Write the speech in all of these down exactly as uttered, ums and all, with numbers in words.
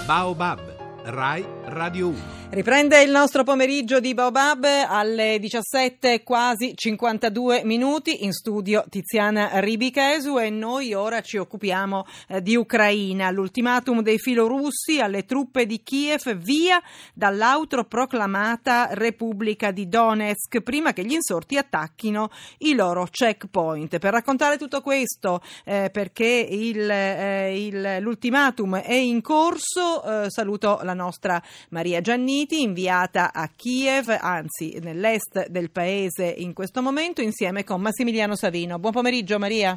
Baobab, Rai Radio uno. Riprende il nostro pomeriggio di Baobab alle diciassette, quasi cinquantadue minuti, in studio Tiziana Ribichesu, e noi ora ci occupiamo eh, di Ucraina. L'ultimatum dei filorussi alle truppe di Kiev: via dall'autoproclamata Repubblica di Donetsk, prima che gli insorti attacchino i loro checkpoint. Per raccontare tutto questo, eh, perché il, eh, il, l'ultimatum è in corso, eh, saluto la nostra Maria Giannini, inviata a Kiev, anzi nell'est del paese in questo momento, insieme con Massimiliano Savino. Buon pomeriggio Maria.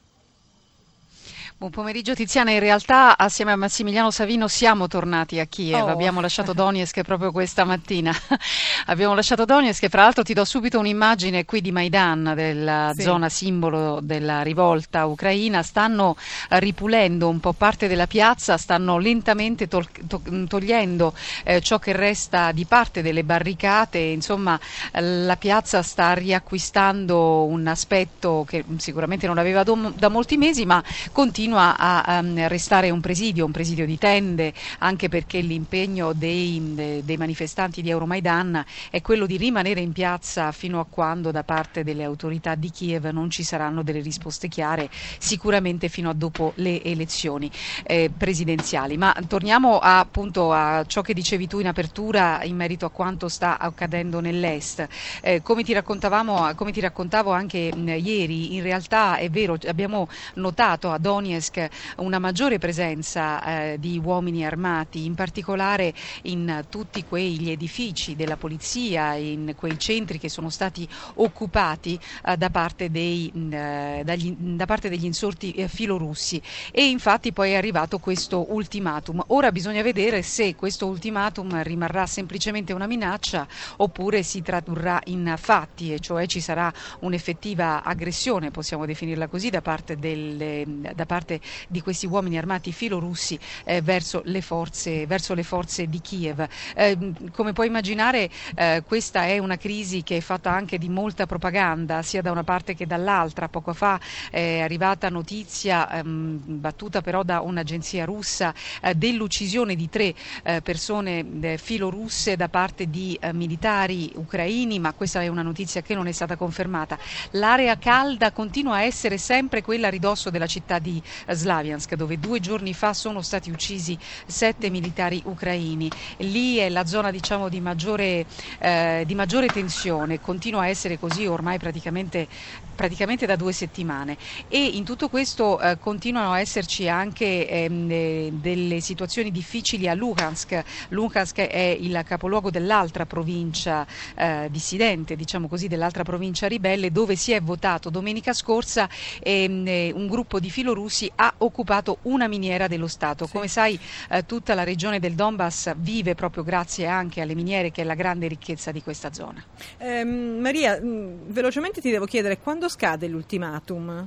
Buon pomeriggio Tiziana, in realtà assieme a Massimiliano Savino siamo tornati a Kiev, oh. abbiamo lasciato Donetsk proprio questa mattina, abbiamo lasciato Donetsk e fra l'altro ti do subito un'immagine qui di Maidan, della sì. zona simbolo della rivolta ucraina. Stanno ripulendo un po' parte della piazza, stanno lentamente tol- to- togliendo eh, ciò che resta di parte delle barricate, insomma la piazza sta riacquistando un aspetto che sicuramente non aveva do- da molti mesi, ma continua a um, restare un presidio, un presidio di tende, anche perché l'impegno dei, de, dei manifestanti di Euromaidan è quello di rimanere in piazza fino a quando da parte delle autorità di Kiev non ci saranno delle risposte chiare, sicuramente fino a dopo le elezioni eh, presidenziali. Ma torniamo a, appunto a ciò che dicevi tu in apertura in merito a quanto sta accadendo nell'est. Eh, come ti raccontavamo, come ti raccontavo anche mh, ieri, in realtà è vero, abbiamo notato a Donetsk una maggiore presenza eh, di uomini armati, in particolare in tutti quegli edifici della polizia, in quei centri che sono stati occupati eh, da, parte dei, eh, dagli, da parte degli insorti eh, filorussi, e infatti poi è arrivato questo ultimatum. Ora bisogna vedere se questo ultimatum rimarrà semplicemente una minaccia oppure si tradurrà in fatti, e cioè ci sarà un'effettiva aggressione, possiamo definirla così, da parte delle, da parte di questi uomini armati filorussi eh, verso le forze verso le forze di Kiev. Eh, come puoi immaginare, eh, questa è una crisi che è fatta anche di molta propaganda, sia da una parte che dall'altra. Poco fa è arrivata notizia, ehm, battuta però da un'agenzia russa, eh, dell'uccisione di tre eh, persone eh, filorusse da parte di eh, militari ucraini, ma questa è una notizia che non è stata confermata. L'area calda continua a essere sempre quella a ridosso della città di Slaviansk, dove due giorni fa sono stati uccisi sette militari ucraini. Lì è la zona, diciamo, di maggiore, eh, di maggiore tensione, continua a essere così ormai praticamente, praticamente da due settimane, e in tutto questo eh, continuano a esserci anche ehm, delle situazioni difficili a Luhansk. Luhansk è il capoluogo dell'altra provincia eh, dissidente, diciamo così, dell'altra provincia ribelle, dove si è votato domenica scorsa ehm, un gruppo di filorussi ha occupato una miniera dello Stato. Come sì. sai, eh, tutta la regione del Donbass vive proprio grazie anche alle miniere, che è la grande ricchezza di questa zona. Eh, Maria, mh, velocemente ti devo chiedere, quando scade l'ultimatum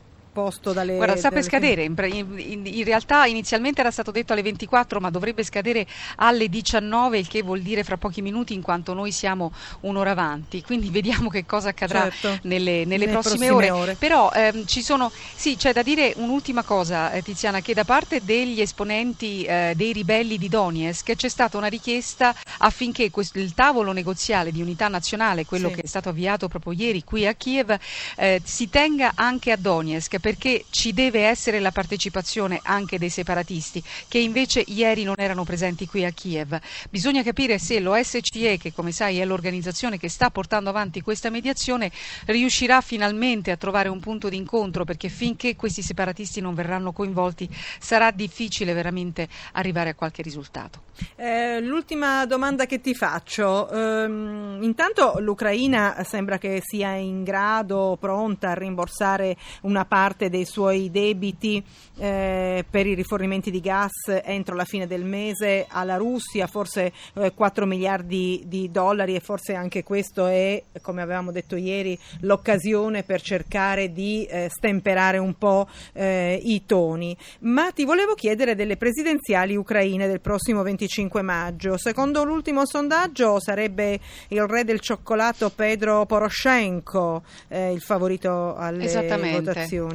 posto dalle... Guarda, sta per dalle... scadere, in, in, in realtà inizialmente era stato detto alle ventiquattro, ma dovrebbe scadere alle diciannove, il che vuol dire fra pochi minuti, in quanto noi siamo un'ora avanti, quindi vediamo che cosa accadrà certo. nelle, nelle, nelle prossime, prossime ore. ore. Però ehm, ci sono, sì, c'è da dire un'ultima cosa, eh, Tiziana, che da parte degli esponenti eh, dei ribelli di Donetsk c'è stata una richiesta affinché questo, il tavolo negoziale di unità nazionale, quello sì. che è stato avviato proprio ieri qui a Kiev, eh, si tenga anche a Donetsk, perché ci deve essere la partecipazione anche dei separatisti, che invece ieri non erano presenti qui a Kiev. Bisogna capire se l'O S C E, che come sai è l'organizzazione che sta portando avanti questa mediazione, riuscirà finalmente a trovare un punto di incontro, perché finché questi separatisti non verranno coinvolti sarà difficile veramente arrivare a qualche risultato. Eh, l'ultima domanda che ti faccio, ehm, intanto l'Ucraina sembra che sia in grado, pronta a rimborsare una parte dei suoi debiti eh, per i rifornimenti di gas entro la fine del mese alla Russia, forse eh, quattro miliardi di dollari, e forse anche questo è, come avevamo detto ieri, l'occasione per cercare di eh, stemperare un po' eh, i toni. Ma ti volevo chiedere delle presidenziali ucraine del prossimo venticinque maggio. Secondo l'ultimo sondaggio sarebbe il re del cioccolato Petro Poroshenko eh, il favorito alle votazioni.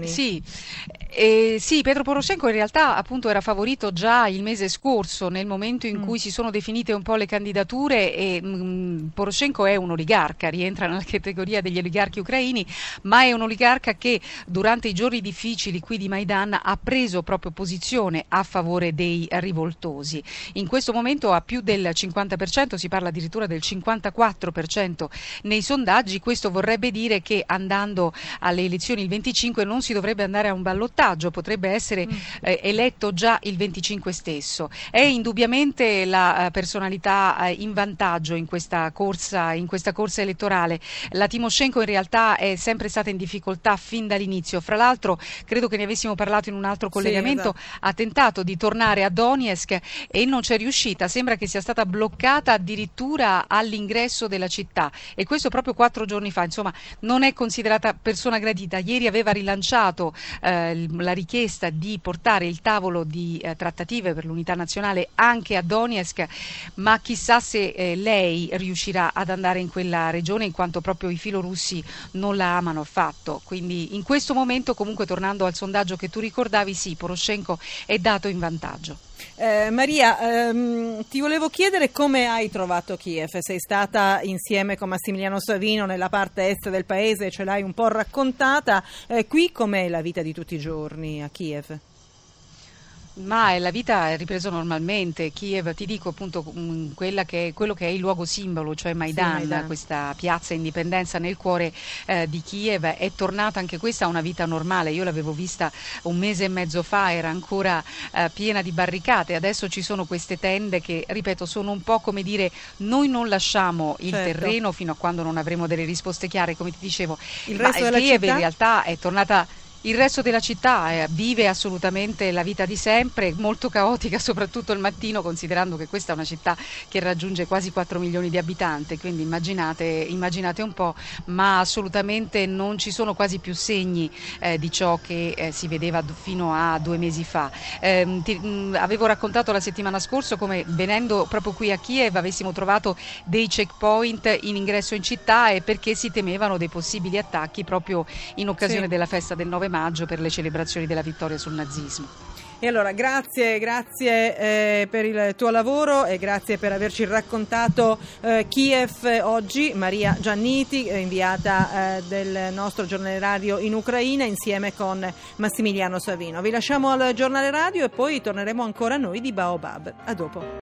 Sì, eh, sì, Petro Poroshenko in realtà appunto era favorito già il mese scorso, nel momento in mm. cui si sono definite un po' le candidature, e mh, Poroshenko è un oligarca, rientra nella categoria degli oligarchi ucraini, ma è un oligarca che durante i giorni difficili qui di Maidan ha preso proprio posizione a favore dei rivoltosi. In questo momento ha più del cinquanta per cento, si parla addirittura del cinquantaquattro per cento nei sondaggi. Questo vorrebbe dire che andando alle elezioni il venticinque non si dovrebbe andare a un ballottaggio, potrebbe essere mm. eh, eletto già il venticinque stesso. È indubbiamente la eh, personalità eh, in vantaggio in questa corsa, in questa corsa elettorale. La Tymoshenko in realtà è sempre stata in difficoltà fin dall'inizio. Fra l'altro, credo che ne avessimo parlato in un altro collegamento, sì, esatto. ha tentato di tornare a Donetsk e non c'è riuscita, sembra che sia stata bloccata addirittura all'ingresso della città, e questo proprio quattro giorni fa. Insomma, non è considerata persona gradita. Ieri aveva rilanciato eh, la richiesta di portare il tavolo di eh, trattative per l'unità nazionale anche a Donetsk, ma chissà se eh, lei riuscirà ad andare in quella regione, in quanto proprio i filorussi non la amano affatto. Quindi in questo momento, comunque, tornando al sondaggio che tu ricordavi, sì, Poroshenko è dato in vantaggio. Eh, Maria, ehm, ti volevo chiedere come hai trovato Kiev. Sei stata insieme con Massimiliano Savino nella parte est del paese, ce l'hai un po' raccontata. Eh, qui com'è la vita di tutti i giorni a Kiev? Ma la vita è ripresa normalmente. Kiev, ti dico appunto, quella che è, quello che è il luogo simbolo, cioè Maidan, sì, Maidan. Questa piazza Indipendenza nel cuore eh, di Kiev, è tornata anche questa a una vita normale. Io l'avevo vista un mese e mezzo fa, era ancora eh, piena di barricate. Adesso ci sono queste tende che, ripeto, sono un po' come dire: noi non lasciamo il certo. terreno fino a quando non avremo delle risposte chiare, come ti dicevo. Il resto Ma della Kiev città? in realtà è tornata. Il resto della città eh, vive assolutamente la vita di sempre, molto caotica soprattutto il mattino, considerando che questa è una città che raggiunge quasi quattro milioni di abitanti, quindi immaginate, immaginate un po', ma assolutamente non ci sono quasi più segni eh, di ciò che eh, si vedeva d- fino a due mesi fa. Eh, ti, mh, avevo raccontato la settimana scorsa come, venendo proprio qui a Kiev, avessimo trovato dei checkpoint in ingresso in città, e perché si temevano dei possibili attacchi proprio in occasione sì. della festa del nove maggio per le celebrazioni della vittoria sul nazismo. E allora grazie, grazie eh, per il tuo lavoro e grazie per averci raccontato eh, Kiev oggi. Maria Gianniti, eh, inviata eh, del nostro giornale radio in Ucraina, insieme con Massimiliano Savino. Vi lasciamo al giornale radio e poi torneremo ancora noi di Baobab. A dopo.